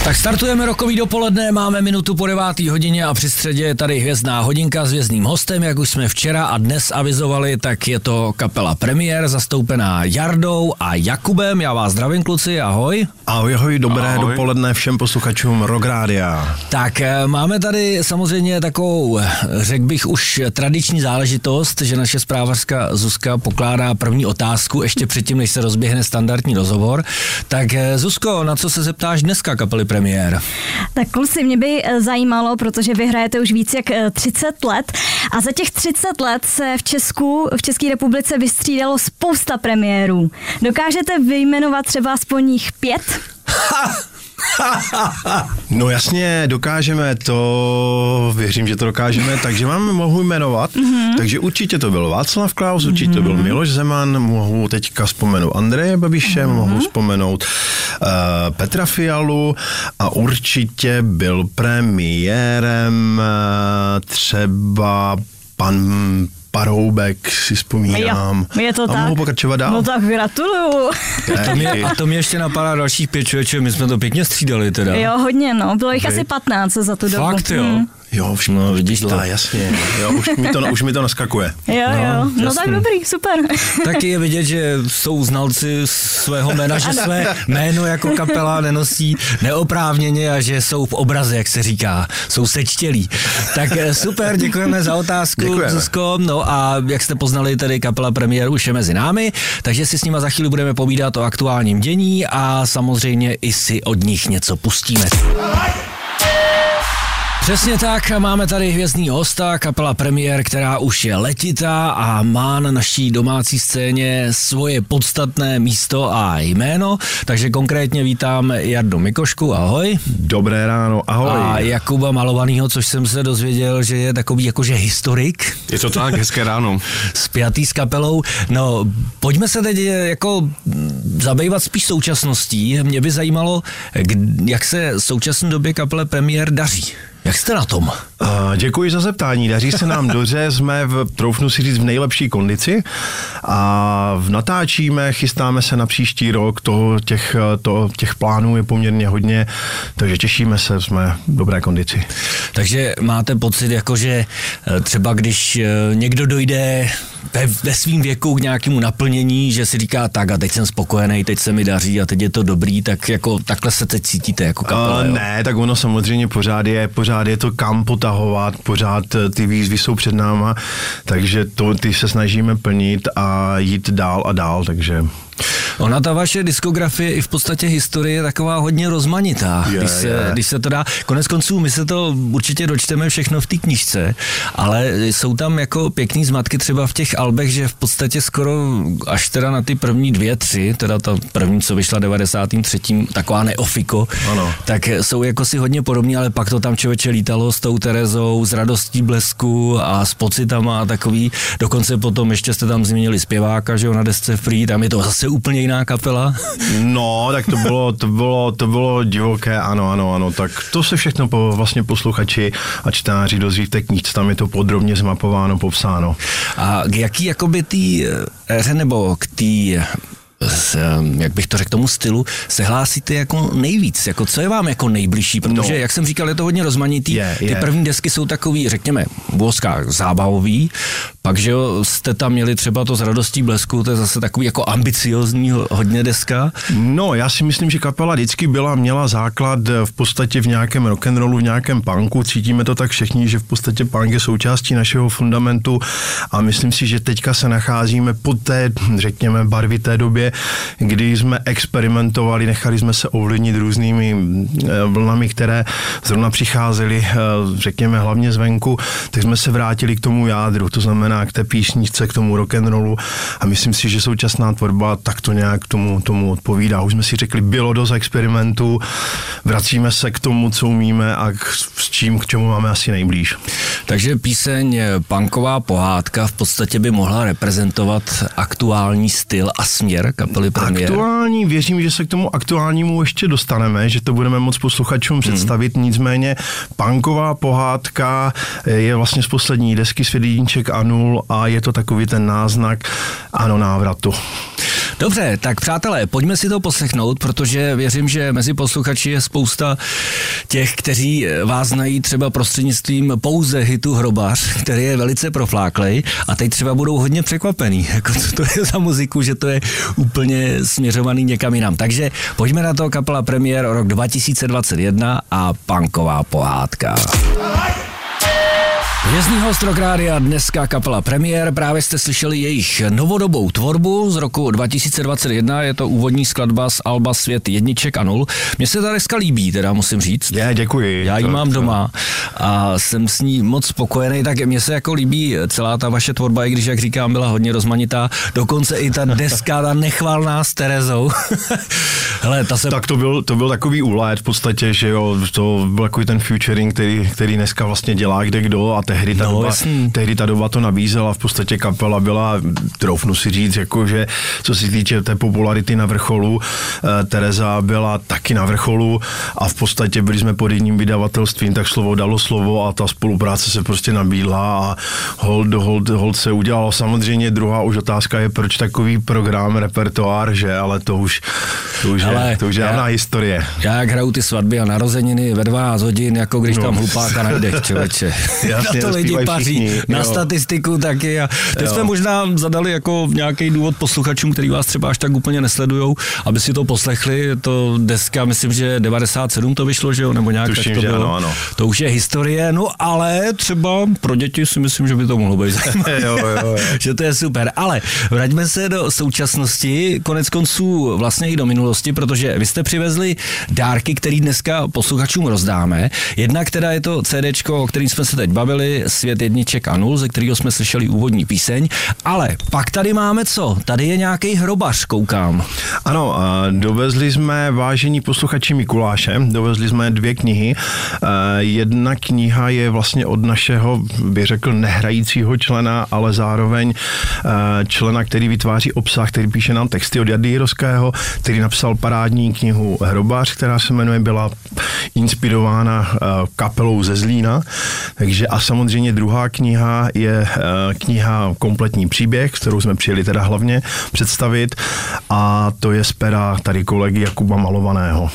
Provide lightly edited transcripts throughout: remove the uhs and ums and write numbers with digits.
Tak startujeme rokový dopoledne, máme minutu po 9. hodině a při středě je tady hvězdná hodinka s hvězdným hostem, jak už jsme včera a dnes avizovali, tak je to kapela Premiér, zastoupená Jardou a Jakubem. Já vás zdravím, kluci, ahoj. Ahoj, dobré dopoledne všem posluchačům Rock Rádia. Tak máme tady samozřejmě takovou, řekl bych už tradiční záležitost, že naše zprávařka Zuzka pokládá první otázku ještě předtím, než se rozběhne standardní rozhovor. Tak Zuzko, na co se zeptáš dneska kapely Premiér? Tak kluci, mě by zajímalo, protože vy hrajete už víc jak 30 let a za těch 30 let se v České republice vystřídalo spousta premiérů. Dokážete vyjmenovat třeba aspoň jich 5? No jasně, dokážeme to, věřím, že to dokážeme, takže mohu jmenovat, takže určitě to byl Václav Klaus, určitě to byl Miloš Zeman, mohu teďka vzpomenout Andreje Babiše, mohu vzpomenout Petra Fialu a určitě byl premiérem třeba pan Paroubek, si vzpomínám. Jo, je to a tak. mohu pokračovat dál? No tak gratuluju. A to mě ještě napadá dalších 5 člověče, my jsme to pěkně střídali teda. Jo, hodně, no. Bylo jich asi 15 za tu dobu. Fakt, jo. Jo, no, vidíš to. Jasně. Jo, už mi to naskakuje. Jo. No tak dobrý, super. Taky je vidět, že jsou znalci svého jména, že své jméno jako kapela nenosí neoprávněně a že jsou v obraze, jak se říká. Jsou sečtělí. Tak super, děkujeme za otázku, Zuzko. No a jak jste poznali, tedy kapela Premiér už je mezi námi, takže si s nima za chvíli budeme povídat o aktuálním dění a samozřejmě i si od nich něco pustíme. Přesně tak, máme tady hvězdný hosta, kapela Premiér, která už je letitá a má na naší domácí scéně svoje podstatné místo a jméno, takže konkrétně vítám Jardu Mikošku, ahoj. Dobré ráno, ahoj. A Jakuba Malovanýho, což jsem se dozvěděl, že je takový jakože historik. Je to tak, hezké ráno. Spjatý s kapelou. No, pojďme se teď jako zabývat spíš současností. Mě by zajímalo, jak se v současné době kapele Premiér daří. Jak jste na tom? Děkuji za zeptání. Daří se nám dobře, jsme troufnu si říct, v nejlepší kondici a natáčíme, chystáme se na příští rok, těch plánů je poměrně hodně, takže těšíme se, jsme v dobré kondici. Takže máte pocit, jakože třeba když někdo dojde ve svým věku k nějakému naplnění, že si říká tak a teď jsem spokojený, teď se mi daří a teď je to dobrý, tak jako takhle se teď cítíte jako kapela, jo? Ne, tak ono samozřejmě pořád je to kam potahovat, pořád ty výzvy jsou před náma, takže ty se snažíme plnit a jít dál a dál, takže... Ona, ta vaše diskografie i v podstatě historie je taková hodně rozmanitá, když se to dá. Konec konců, my se to určitě dočteme všechno v té knížce, ale jsou tam jako pěkný zmatky třeba v těch albech, že v podstatě skoro až teda na ty první 2, 3, teda ta první, co vyšla 93. taková neofiko, ano. Tak jsou jako si hodně podobní, ale pak to tam člověče lítalo s tou Terezou, s Radostí blesku a s pocitama a takový. Dokonce potom ještě jste tam zmínili zpěváka, že jo, na desce Free, tam je to zase úplně jiná kapela. No, tak to bylo divoké, ano, tak to se všechno vlastně posluchači a čtenáři dozví v té knížce, tam je to podrobně zmapováno, popsáno. A k jaký jakoby tý hře nebo k tý jak bych to řekl, tomu stylu, se hlásíte jako nejvíc? Jako co je vám jako nejbližší? Protože, jak jsem říkal, je to hodně rozmanitý. Ty první desky jsou takový, řekněme, zábavový, pak, že jo, jste tam měli třeba to s Radostí blesku, to je zase takový jako ambiciozní hodně deska. No, já si myslím, že kapela vždycky měla základ v podstatě v nějakém rock'n'rollu, v nějakém punku. Cítíme to tak všichni, že v podstatě punk je součástí našeho fundamentu a myslím si, že teďka se nacházíme pod té, řekněme, barvité době, kdy jsme experimentovali, nechali jsme se ovlivnit různými vlnami, které zrovna přicházely, řekněme, hlavně zvenku, tak jsme se vrátili k tomu jádru, to znamená k té písničce, k tomu rock'n'rollu a myslím si, že současná tvorba tak to nějak tomu odpovídá. Už jsme si řekli, bylo dost experimentů, vracíme se k tomu, co umíme a k čemu máme asi nejblíž. Takže píseň Punková pohádka v podstatě by mohla reprezentovat aktuální styl a směr kapely Premiér. Aktuální, věřím, že se k tomu aktuálnímu ještě dostaneme, že to budeme moc posluchačům představit, nicméně Punková pohádka je vlastně z poslední desky Svět jedniček a nul a je to takový ten náznak, ano, návratu. Dobře, tak přátelé, pojďme si to poslechnout, protože věřím, že mezi posluchači je spousta těch, kteří vás znají třeba prostřednictvím pouze hitu Hrobař, který je velice profláklej a teď třeba budou hodně překvapený, jako co to je za muziku, že to je úplně směřovaný někam jinam. Takže pojďme na to, kapela Premiér, rok 2021 a punková pohádka. Hvězdný host Rock Rádia, dneska kapela Premiér, právě jste slyšeli jejich novodobou tvorbu z roku 2021, je to úvodní skladba z alba Svět jedniček a nul. Mně se ta deska líbí, teda musím říct. Děkuji. Já ji mám doma a jsem s ní moc spokojený, tak mně se jako líbí celá ta vaše tvorba, i když, jak říkám, byla hodně rozmanitá, dokonce i ta deska, ta nechvalná s Terezou. Hele, Tak to byl takový úlet v podstatě, že jo, to byl takový ten featuring, který dneska vlastně dělá kde kdo a tehdy ta doba to nabízela, v podstatě kapela byla, troufnu si říct, jakože co se týče té popularity na vrcholu, Tereza byla taky na vrcholu a v podstatě byli jsme pod jedním vydavatelstvím, tak slovo dalo slovo a ta spolupráce se prostě nabídla a hold se udělalo. Samozřejmě druhá už otázka je, proč takový program, repertoár, že, ale to už je dávná historie. Já jak hraju ty svatby a narozeniny ve 12 hodin, jako když tam hlupáka najdeš, člověče. Jasně, to lidi paří, všichni, na statistiku taky a teď jsme možná zadali jako nějaký důvod posluchačům, který vás třeba až tak úplně nesledujou, aby si to poslechli, to deska, myslím, že 97 to vyšlo, že jo, nebo nějak tuším, tak to bylo. Ano. To už je historie, no ale třeba pro děti si myslím, že by to mohlo být zajímavé. jo. Že to je super, ale vraťme se do současnosti, konec konců vlastně i do minulosti, protože vy jste přivezli dárky, který dneska posluchačům rozdáme. Jedna, která je to CDčko, o kterým jsme se teď bavili, Svět jedniček a nul, ze kterého jsme slyšeli úvodní píseň, ale pak tady máme co? Tady je nějaký hrobař, koukám. Ano, dovezli jsme, vážení posluchači Mikuláše, dovezli jsme 2 knihy. Jedna kniha je vlastně od našeho, bych řekl, nehrajícího člena, ale zároveň člena, který vytváří obsah, který píše nám texty, od Jardy Jirovského, který napsal parádní knihu Hrobař, která se jmenuje, byla inspirována kapelou ze Zlína. Takže a samozřejmě druhá kniha je kniha Kompletní příběh, kterou jsme přijeli teda hlavně představit a to je z pera tady kolegy Jakuba Malovaného.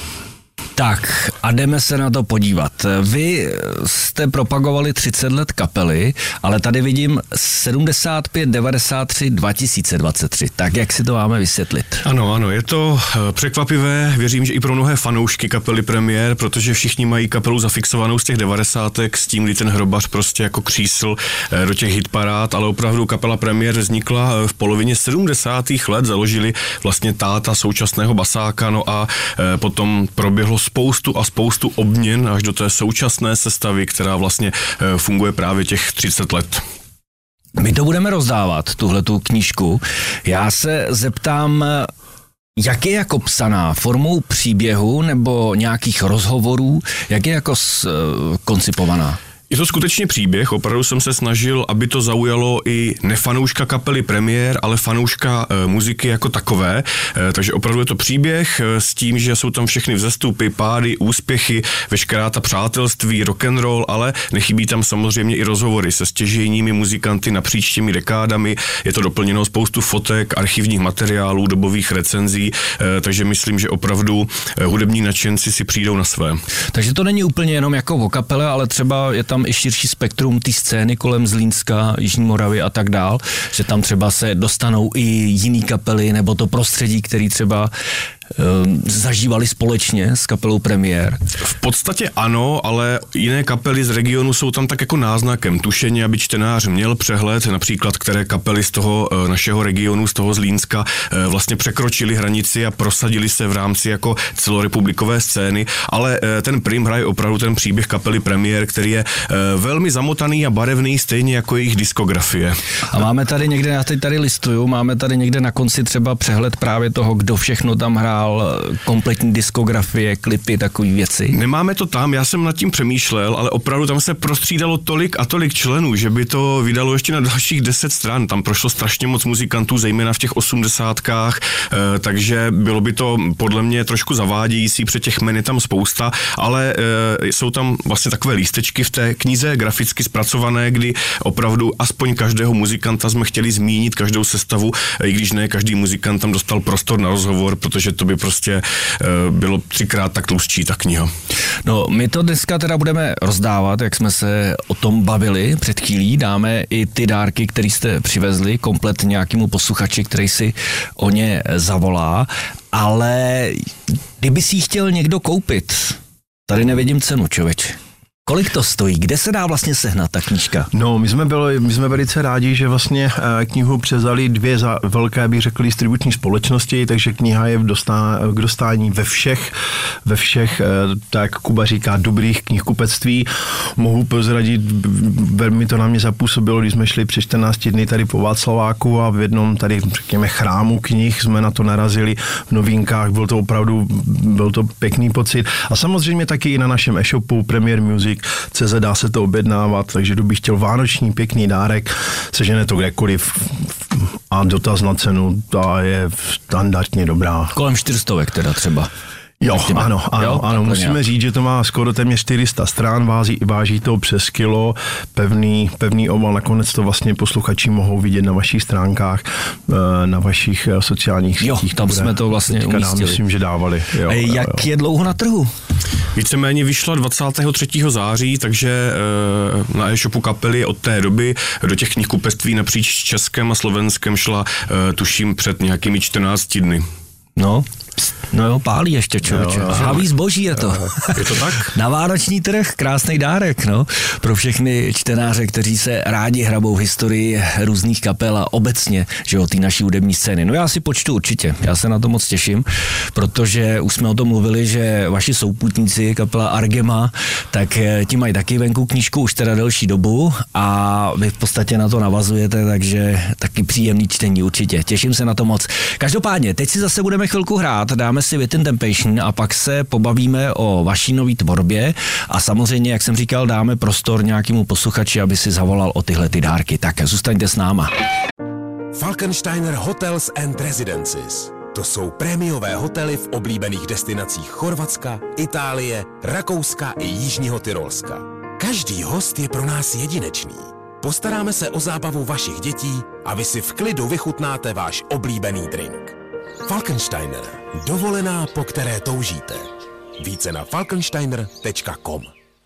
Tak a jdeme se na to podívat. Vy jste propagovali 30 let kapely, ale tady vidím 75, 93, 2023. Tak jak si to máme vysvětlit? Ano, je to překvapivé, věřím, že i pro mnohé fanoušky kapely Premiér, protože všichni mají kapelu zafixovanou z těch 90. s tím, kdy ten hrobař prostě jako křísl do těch hitparád, ale opravdu kapela Premiér vznikla v polovině 70. let, založili vlastně táta současného basáka, no a potom proběhlo spoustu obměn až do té současné sestavy, která vlastně funguje právě těch 30 let. My to budeme rozdávat, tuhletu knížku. Já se zeptám, jak je jako psaná? Formou příběhu nebo nějakých rozhovorů? Jak je jako koncipovaná? Je to skutečně příběh, opravdu jsem se snažil, aby to zaujalo i nefanouška kapely Premiér, ale fanouška muziky jako takové, takže opravdu je to příběh s tím, že jsou tam všechny vzestupy, pády, úspěchy, veškerá ta přátelství, rock'n'roll, ale nechybí tam samozřejmě i rozhovory se stěžejními muzikanty napříč těmi dekádami, je to doplněno spoustu fotek, archivních materiálů, dobových recenzí, takže myslím, že opravdu hudební nadšenci si přijdou na své. Takže to není úplně jenom jako o kapele, ale třeba je tam i širší spektrum té scény kolem Zlínska, Jižní Moravy a tak dál, že tam třeba se dostanou i jiný kapely nebo to prostředí, který třeba zažívali společně s kapelou Premiér? V podstatě ano, ale jiné kapely z regionu jsou tam tak jako náznakem. Tušeně, aby čtenář měl přehled, například které kapely z toho našeho regionu, z toho Zlínska vlastně překročili hranici a prosadili se v rámci jako celorepublikové scény, ale ten prim hraje opravdu ten příběh kapely Premiér, který je velmi zamotaný a barevný, stejně jako jejich diskografie. A máme tady někde, já teď tady listuju, máme tady někde na konci třeba přehled právě toho, kdo všechno tam hrál, materiál, kompletní diskografie, klipy, takové věci? Nemáme to tam, já jsem nad tím přemýšlel, ale opravdu tam se prostřídalo tolik a tolik členů, že by to vydalo ještě na dalších 10 stran. Tam prošlo strašně moc muzikantů, zejména v těch 80kách, takže bylo by to podle mě trošku zavádějící, před těch men je tam spousta, ale jsou tam vlastně takové lístečky v té knize graficky zpracované, kdy opravdu aspoň každého muzikanta jsme chtěli zmínit, každou sestavu, i když ne každý muzikant tam dostal prostor na rozhovor, protože to by prostě bylo 3krát tak tlustší ta kniha. No, my to dneska teda budeme rozdávat, jak jsme se o tom bavili před chvílí, dáme i ty dárky, které jste přivezli, komplet nějakému posluchači, který si o ně zavolá, ale kdyby si ji chtěl někdo koupit, tady nevidím cenu, člověče. Kolik to stojí? Kde se dá vlastně sehnat ta knížka? No, my jsme velice rádi, že vlastně knihu převzali 2 velké, bych řekl, distribuční společnosti, takže kniha je k dostání ve všech, tak Kuba říká, dobrých knihkupectví. Mohu prozradit, velmi to na mě zapůsobilo, když jsme šli před 14 dny tady po Václaváku a v jednom tady, řekněme, chrámu knih jsme na to narazili v novinkách, byl to pěkný pocit. A samozřejmě taky i na našem e-shopu Premier Music CZ dá se to objednávat, takže kdo by chtěl vánoční pěkný dárek, sežene to kdekoliv a dotaz na cenu, ta je standardně dobrá. Kolem 400 teda třeba. Jo, ano, musíme říct, že to má skoro téměř 400 stran, váží to přes kilo, pevný obal, nakonec to vlastně posluchači mohou vidět na vašich stránkách, na vašich sociálních sítích. Jo, tam jsme to vlastně umístili. Myslím, že dávali. Jak je dlouho na trhu? Víceméně vyšla 23. září, takže na e-shopu kapely od té doby do těch knihkupectví napříč Českem a Slovenskem šla, tuším, před nějakými 14 dny. No jo, pálí ještě, člověče. Žhavý zboží je to. Je to tak? Na vánoční trh krásný dárek, no. Pro všechny čtenáře, kteří se rádi hrabou v historii různých kapel a obecně, že jo, ty naší hudební scény. No já si počtu určitě, já se na to moc těším, protože už jsme o tom mluvili, že vaši souputníci, kapela Argema, tak ti mají taky venku knížku už teda delší dobu a vy v podstatě na to navazujete, takže taky příjemný čtení určitě. Těším se na to moc. Každopádně, teď si zase budeme chvilku hrát, dáme si Within Temptation a pak se pobavíme o vaší nový tvorbě a samozřejmě, jak jsem říkal, dáme prostor nějakému posluchači, aby si zavolal o tyhle ty dárky. Tak zůstaňte s náma. Falkensteiner Hotels and Residences. To jsou prémiové hotely v oblíbených destinacích Chorvatska, Itálie, Rakouska i Jižního Tyrolska. Každý host je pro nás jedinečný. Postaráme se o zábavu vašich dětí a vy si v klidu vychutnáte váš oblíbený drink. Falkensteiner. Dovolená, po které toužíte. Více na falkensteiner.com.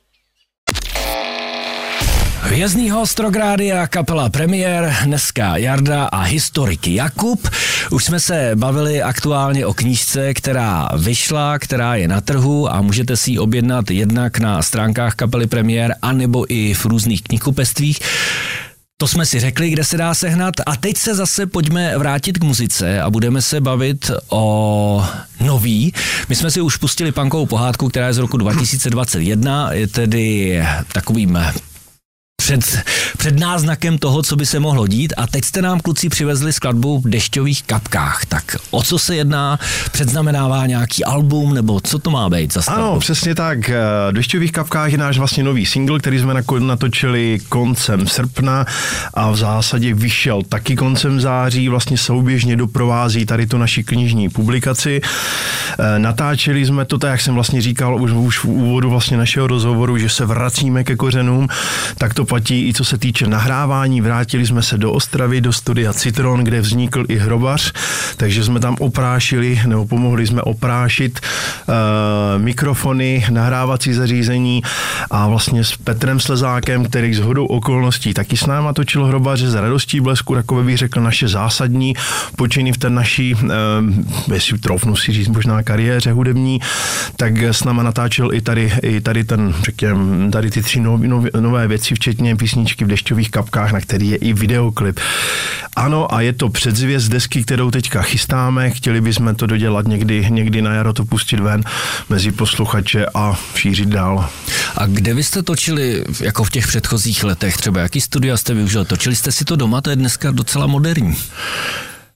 Hvězdný host Rock Rádia, kapela Premier, dneska Jarda a historik Jakub. Už jsme se bavili aktuálně o knížce, která vyšla, která je na trhu a můžete si ji objednat jednak na stránkách kapely Premier, anebo i v různých knihkupectvích. To jsme si řekli, kde se dá sehnat a teď se zase pojďme vrátit k muzice a budeme se bavit o nový. My jsme si už pustili punkovou pohádku, která je z roku 2021, je tedy takovým před náznakem toho, co by se mohlo dít a teď jste nám kluci přivezli skladbu v Dešťových kapkách. Tak o co se jedná? Předznamenává nějaký album nebo co to má být za skladbu? Ano, přesně tak. V Dešťových kapkách je náš vlastně nový single, který jsme natočili koncem srpna a v zásadě vyšel taky koncem září, vlastně souběžně doprovází tady tu naši knižní publikaci. Natáčeli jsme to, tak jak jsem vlastně říkal už v úvodu vlastně našeho rozhovoru, že se vracíme ke kořenům, tak to platí i co se týče nahrávání. Vrátili jsme se do Ostravy, do studia Citron, kde vznikl i hrobař, takže jsme tam oprášili, nebo pomohli jsme oprášit mikrofony, nahrávací zařízení a vlastně s Petrem Slezákem, který shodou okolností taky s náma točil hrobaře z Radostí blesku, takové bych řekl naše zásadní počiny v té naší, jestli troufnu si říct, možná kariéře hudební, tak s náma natáčel i tady ten, řekněme, tady ty 3 nové věci, včetně písničky v Dešťových kapkách, na který je i videoklip. Ano, a je to předzvěst desky, kterou teďka chystáme. Chtěli bychom to dodělat někdy na jaro, to pustit ven mezi posluchače a šířit dál. A kde vy jste točili jako v těch předchozích letech? Třeba jaký studia jste využil? Točili jste si to doma? To je dneska docela moderní.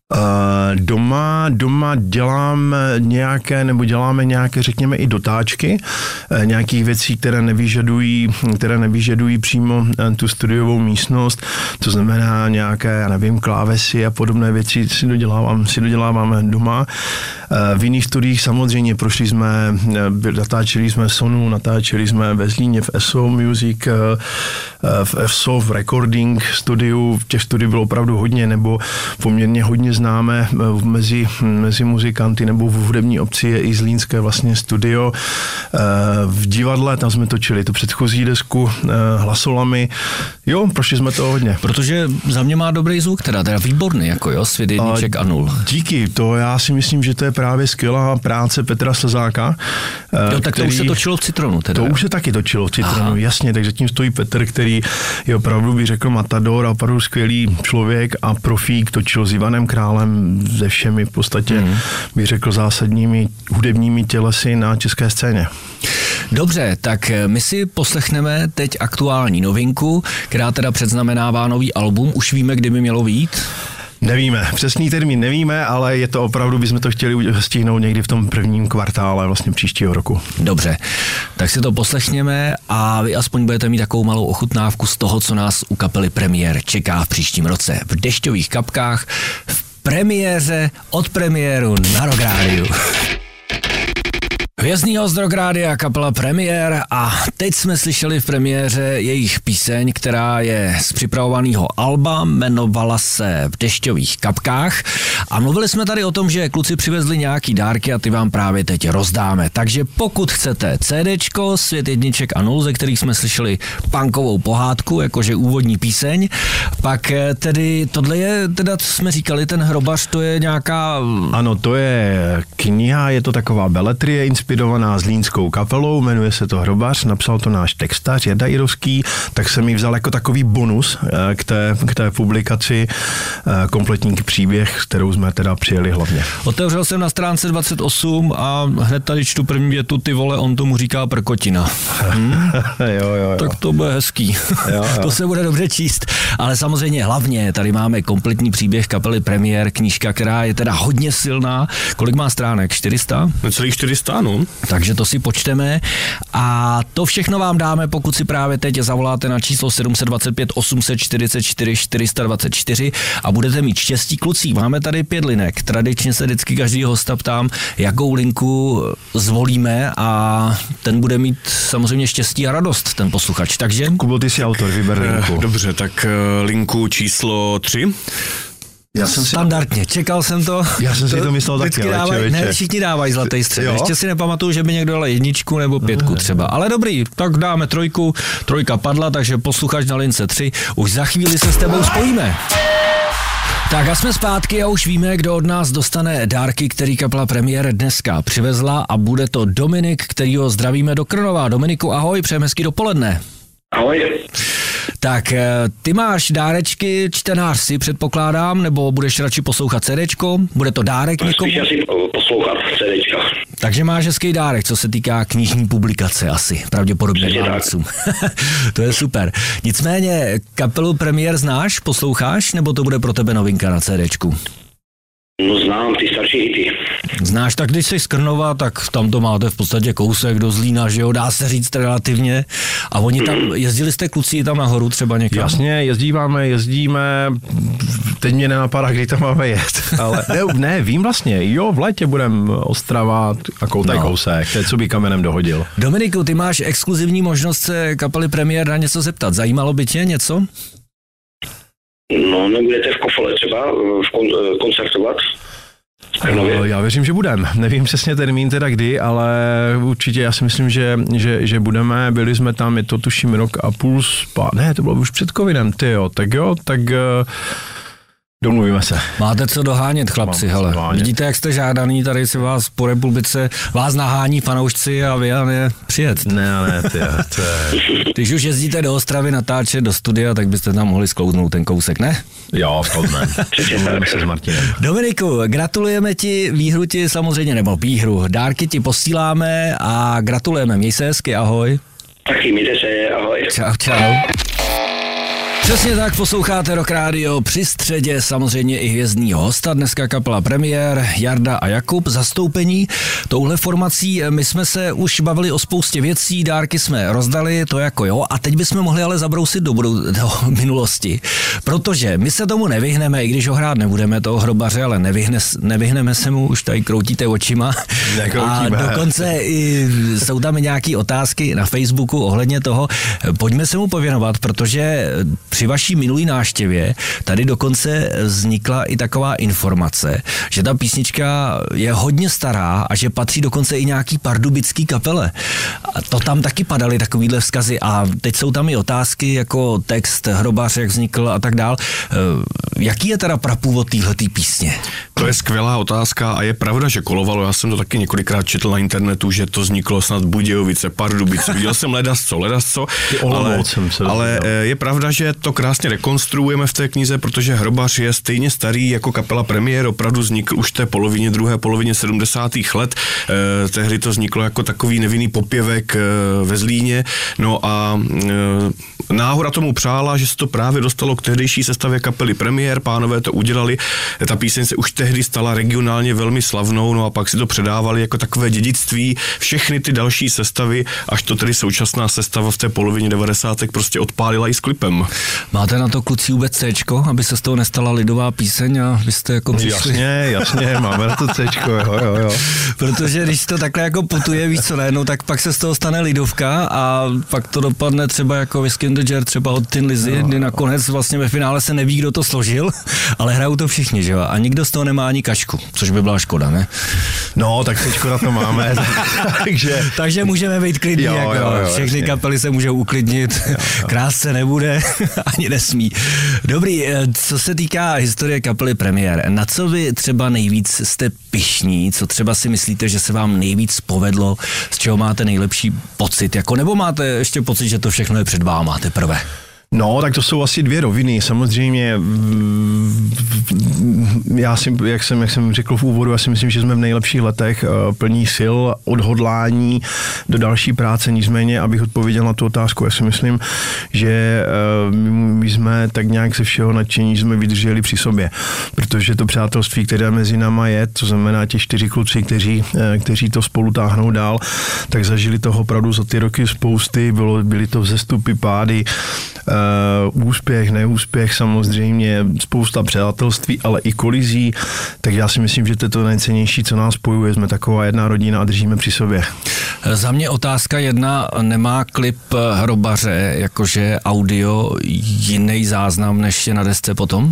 Doma děláme nějaké, řekněme, i dotáčky, nějakých věcí, které nevyžadují přímo tu studiovou místnost, to znamená nějaké, já nevím, klávesy a podobné věci si doděláváme doma. V jiných studiích samozřejmě natáčeli jsme Sonu, natáčeli jsme ve Zlíně v ESO Music, v ESO v Recording studiu, těch studií bylo opravdu hodně, nebo poměrně hodně známe mezi muzikanty, nebo v hudební obci je i zlínské vlastně studio. V divadle, tam jsme točili tu předchozí desku Hlasolami. Jo, prošli jsme to hodně. Protože za mě má dobrý zvuk, teda výborný, jako jo, Svět jedniček a nul. Díky, to já si myslím, že to je právě skvělá práce Petra Slzáka. Jo, tak to už se točilo v Citronu teda. To už se taky točilo v Citronu, aha. Jasně, takže tím stojí Petr, který je opravdu, bych řekl, matador a opravdu skvělý člověk a profík, točil s Ivanem Králem, se všemi v podstatě, bych řekl, zásadními hudebními tělesy na české scéně. Dobře, tak my si poslechneme teď aktuální novinku, která teda předznamenává nový album. Už víme, kdy by mělo vyjít? Nevíme, přesný termín nevíme, ale je to opravdu, bychom to chtěli stihnout někdy v tom prvním kvartále vlastně příštího roku. Dobře, tak si to poslechněme a vy aspoň budete mít takovou malou ochutnávku z toho, co nás u kapely Premiér čeká v příštím roce. V Dešťových kapkách, v premiéře od premiéru na Rock Rádiu. Hvězdný host Rock Rádia, kapela Premiér a teď jsme slyšeli v premiéře jejich píseň, která je z připravovaného alba, jmenovala se V dešťových kapkách a mluvili jsme tady o tom, že kluci přivezli nějaký dárky a ty vám právě teď rozdáme. Takže pokud chcete CDčko, Svět jedniček a nul, ze kterých jsme slyšeli punkovou pohádku, jakože úvodní píseň, pak tedy tohle je, teda co jsme říkali, ten hrobař, to je nějaká... Ano, to je kniha, je to taková beletrie, inspirovaná zlínskou kapelou, jmenuje se to Hrobař, napsal to náš textař Jarda Jirovský, tak jsem ji vzal jako takový bonus k té publikaci, kompletní příběh, kterou jsme teda přijeli hlavně. Otevřel jsem na stránce 28 a hned tady čtu první větu, ty vole, on tomu říká prkotina. Jo. Tak to bude hezký. Jo. To se bude dobře číst. Ale samozřejmě hlavně tady máme kompletní příběh kapely Premiér, knížka, která je teda hodně silná. Kolik má stránek? 400? Celých 400, no. Takže to si počteme a to všechno vám dáme, pokud si právě teď zavoláte na číslo 725 844 424 a budete mít štěstí, kluci. Máme tady 5 linek. Tradičně se vždycky každý hosta ptám, jakou linku zvolíme a ten bude mít samozřejmě štěstí a radost, ten posluchač. Takže... Kubo, ty jsi autor, vyber linku. Dobře, tak linku číslo 3. Standardně, čekal jsem to. Já jsem si to myslel taky, ne, všichni dávají zlatý střed. Ještě si nepamatuju, že by někdo dal 1 nebo 5 třeba. Ale dobrý, tak dáme 3. 3 padla, takže posluchač na lince 3. Už za chvíli se s tebou spojíme. Tak a jsme zpátky a už víme, kdo od nás dostane dárky, který kapela Premiér dneska přivezla a bude to Dominik, kterýho zdravíme do Krnova. Dominiku, ahoj, přejeme hezký dopoledne. Ahoj. Tak ty máš dárečky, čtenář si předpokládám, nebo budeš radši poslouchat CDčko? Bude to dárek někomu? Spíš asi poslouchat CDčka. Takže máš hezký dárek, co se týká knižní publikace asi, pravděpodobně Vánocům. To je super. Nicméně kapelu Premiér znáš, posloucháš, nebo to bude pro tebe novinka na CDčku? No znám ty starší hity. Znáš, tak když jsi z Krnova, tak tam to máte v podstatě kousek do Zlína, že jo, dá se říct relativně. A oni tam, jezdili jste kluci tam nahoru třeba někam? Jasně, jezdíme, teď mě nenapadá, kdy tam máme jet, ale ne, vím vlastně, jo, v létě budem Ostrava a kousek, teď co by kamenem dohodil. Dominiku, ty máš exkluzivní možnost se kapely Premiér na něco zeptat, zajímalo by tě něco? No, nebudete v Kofole třeba koncertovat? Já věřím, že budeme. Nevím přesně termín teda kdy, ale určitě já si myslím, že budeme. Byli jsme tam, je to tuším rok a půl ne, to bylo už před covidem, tak domluvíme se. Máte co dohánět, chlapci, hele. Vidíte, jak jste žádaný, tady si vás po republice, vás nahání fanoušci a vy a ne přijet. Ne, Když už jezdíte do Ostravy natáčet do studia, tak byste tam mohli sklouznout ten kousek, ne? Jo, sklouznem. Domluvíme se s Martinem. Dominiku, gratulujeme ti, výhru ti samozřejmě, nebo výhru, dárky ti posíláme a gratulujeme, měj se hezky, ahoj. Taky mějte se, ahoj. Čau. Přesně tak, posloucháte Rock Radio, při středě samozřejmě i hvězdního hosta, dneska kapela Premiér, Jarda a Jakub, zastoupení touhle formací. My jsme se už bavili o spoustě věcí, dárky jsme rozdali, to jako jo, a teď bychom mohli ale zabrousit do minulosti, protože my se tomu nevyhneme, i když ho hrát nebudeme, toho hrobaře, ale nevyhneme se mu, už tady kroutíte očima. A dokonce jsou tam nějaké otázky na Facebooku ohledně toho, pojďme se mu pověnovat, protože při vaší minulý návštěvě tady dokonce vznikla i taková informace, že ta písnička je hodně stará a že patří dokonce i nějaký pardubický kapele. A to tam taky padaly takovýhle vzkazy a teď jsou tam i otázky jako text, hrobař, jak vznikl a tak dál. Jaký je teda prapůvod téhletý písně? To je skvělá otázka a je pravda, že kolovalo, já jsem to taky několikrát četl na internetu, že to vzniklo snad Budějovice, Pardubice, viděl jsem ledasco, ale je pravda, že to krásně rekonstruujeme v té knize, protože hrobař je stejně starý jako kapela Premiér, opravdu vznikl už v té druhé polovině 70. let. Tehdy to vzniklo jako takový nevinný popěvek ve Zlíně. No a náhoda tomu přála, že se to právě dostalo k tehdejší sestavě kapely Premiér, pánové to udělali. Ta píseň se už tehdy stala regionálně velmi slavnou, no a pak si to předávali jako takové dědictví všechny ty další sestavy, až to tedy současná sestava v té polovině 90. prostě odpálila i s klipem. Máte na to kluci vůbec Cčko, aby se z toho nestala lidová píseň a vy jste jako přišli? Jasně, máme na to Cčko, jo. Protože když to takhle jako putuje, víc co najednou, tak pak se z toho stane lidovka a pak to dopadne třeba jako Whiskey in the Jar, třeba od Tin Lizzy, kdy nakonec vlastně ve finále se neví, kdo to složil, ale hrajou to všichni, že jo? A nikdo z toho nemá ani kačku, což by byla škoda, ne? No, tak Cčko na to máme, takže můžeme být klidní, všechny kapely se můžou uklidnit, krást se nebude, ani nesmí. Dobrý, co se týká historie kapely Premiér, na co vy třeba nejvíc jste pyšní, co třeba si myslíte, že se vám nejvíc povedlo, z čeho máte nejlepší pocit, jako nebo máte ještě pocit, že to všechno je před váma teprve? No, tak to jsou asi dvě roviny. Samozřejmě, jak jsem řekl v úvodu, já si myslím, že jsme v nejlepších letech plní sil, odhodlání do další práce. Nicméně, abych odpověděl na tu otázku, já si myslím, že my jsme tak nějak ze všeho nadšení jsme vydrželi při sobě. Protože to přátelství, které mezi náma je, to znamená těch 4 kluci, kteří to spolu táhnou dál, tak zažili toho opravdu za ty roky spousty, byly to vzestupy, pády, úspěch, neúspěch, samozřejmě spousta přátelství, ale i kolizí, tak já si myslím, že to je to nejcennější, co nás spojuje, jsme taková jedna rodina a držíme při sobě. Za mě otázka jedna, nemá klip hrobaře, jakože audio jiný záznam, než je na desce potom?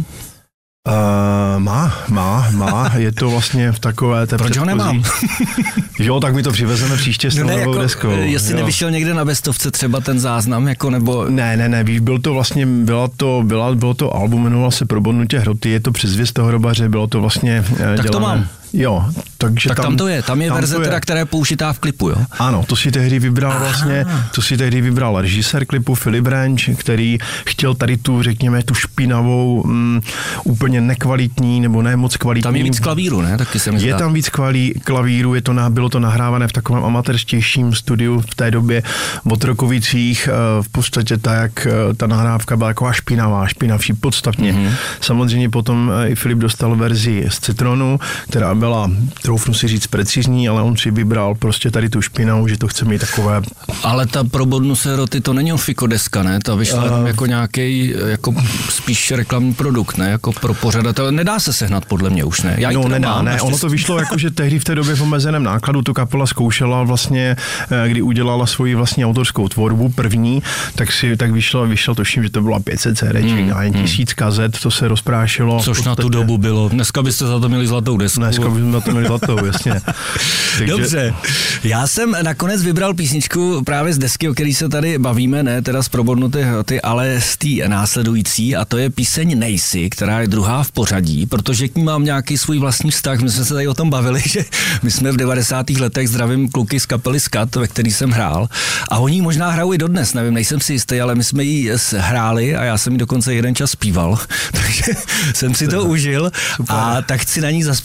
Má. Je to vlastně v takové té Proč ho nemám? Jo, tak my to přivezeme příště s tou novou deskou. Jestli nevyšel někde na bestovce třeba ten záznam, jako nebo... Ne, byl to vlastně, bylo to album, jmenovalo se Probodnutě hroty, je to předzvěst toho hrobaře, bylo to vlastně tak dělané. To mám. Jo, takže tak tam to je, tam je verze teda, která je použitá v klipu, jo? Ano, to si tehdy vybral režisér klipu Filip Branch, který chtěl tady tu, řekněme, tu špinavou, úplně nekvalitní, nebo ne moc kvalitní. Tam je víc klavíru, ne? Taky se mi zdá. Je tam víc klavíru, bylo to nahrávané v takovém amatérštějším studiu v té době v Otrokovicích, v podstatě ta nahrávka byla taková špinavší podstatně. Samozřejmě potom i Filip dostal verzi z Citronu, která byla, troufnu si říct, precizní, ale on si vybral prostě tady tu špinavu, že to chce mít takové... Ale ta Probodnu se hroty, to není ofikodeska, ne? Ta vyšla jako nějaký, jako spíš reklamní produkt, ne? Jako pro pořadatele. Nedá se sehnat podle mě už, ne? Ono to vyšlo jako, že tehdy v té době v omezeném nákladu tu kapela zkoušela vlastně, kdy udělala svoji vlastní autorskou tvorbu první, tak vyšlo tuším, že to bylo 500 CDček a jen 1000 kazet, to se rozprášilo. Což na tu dobu bylo. Dneska byste za to měli zlatou desku. Dneska bychom za to měli zlatou, jasně. Takže... Dobře. Já jsem nakonec vybral písničku právě z desky, o který se tady bavíme, ne teda z Probodnuté hroty, ale z té následující, a to je píseň Nejsi, která je druhá v pořadí, protože k ní mám nějaký svůj vlastní vztah. My jsme se tady o tom bavili, že my jsme v 90. letech, zdravím kluky z kapely Skat, ve který jsem hrál, a oni možná hrajou i dodnes, nevím, nejsem si jistý, ale my jsme ji hráli a já jsem ji dokonce jeden čas zpíval, takže jsem si to užil. Super. A tak chci na ní zazpomínat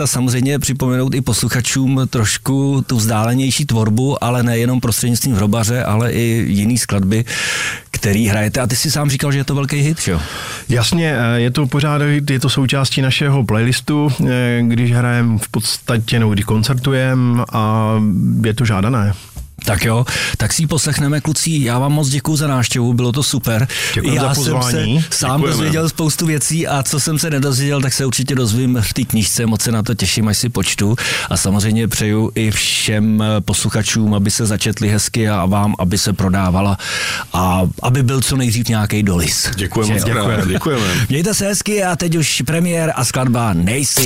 a samozřejmě připomenout i posluchačům trošku tu vzdálenější tvorbu, ale nejenom prostřednictvím Hrobaře, ale i jiný skladby, který hrajete. A ty si sám říkal, že je to velký hit, jo? Jasně, je to pořád, je to součástí našeho playlistu, když hrajeme v podstatě, no, když koncertujeme a je to žádané. Tak jo, tak si ji poslechneme, kluci. Já vám moc děkuju za návštěvu, bylo to super. Děkuji za pozvání. Já jsem se sám dozvěděl spoustu věcí a co jsem se nedozvěděl, tak se určitě dozvím v té knížce, moc se na to těším, až si počtu. A samozřejmě přeju i všem posluchačům, aby se začetli hezky a vám, aby se prodávala a aby byl co nejdřív nějaký dolis. Děkujeme. Mějte se hezky a teď už premiér a skladba Nejsi.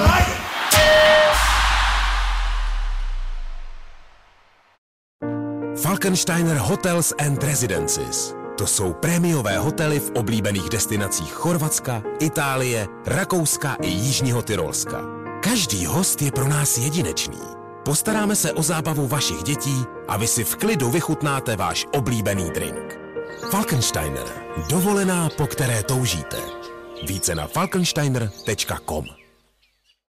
Falkensteiner Hotels and Residences. To jsou prémiové hotely v oblíbených destinacích Chorvatska, Itálie, Rakouska i Jižního Tyrolska. Každý host je pro nás jedinečný. Postaráme se o zábavu vašich dětí a vy si v klidu vychutnáte váš oblíbený drink. Falkensteiner. Dovolená, po které toužíte. Více na falkensteiner.com.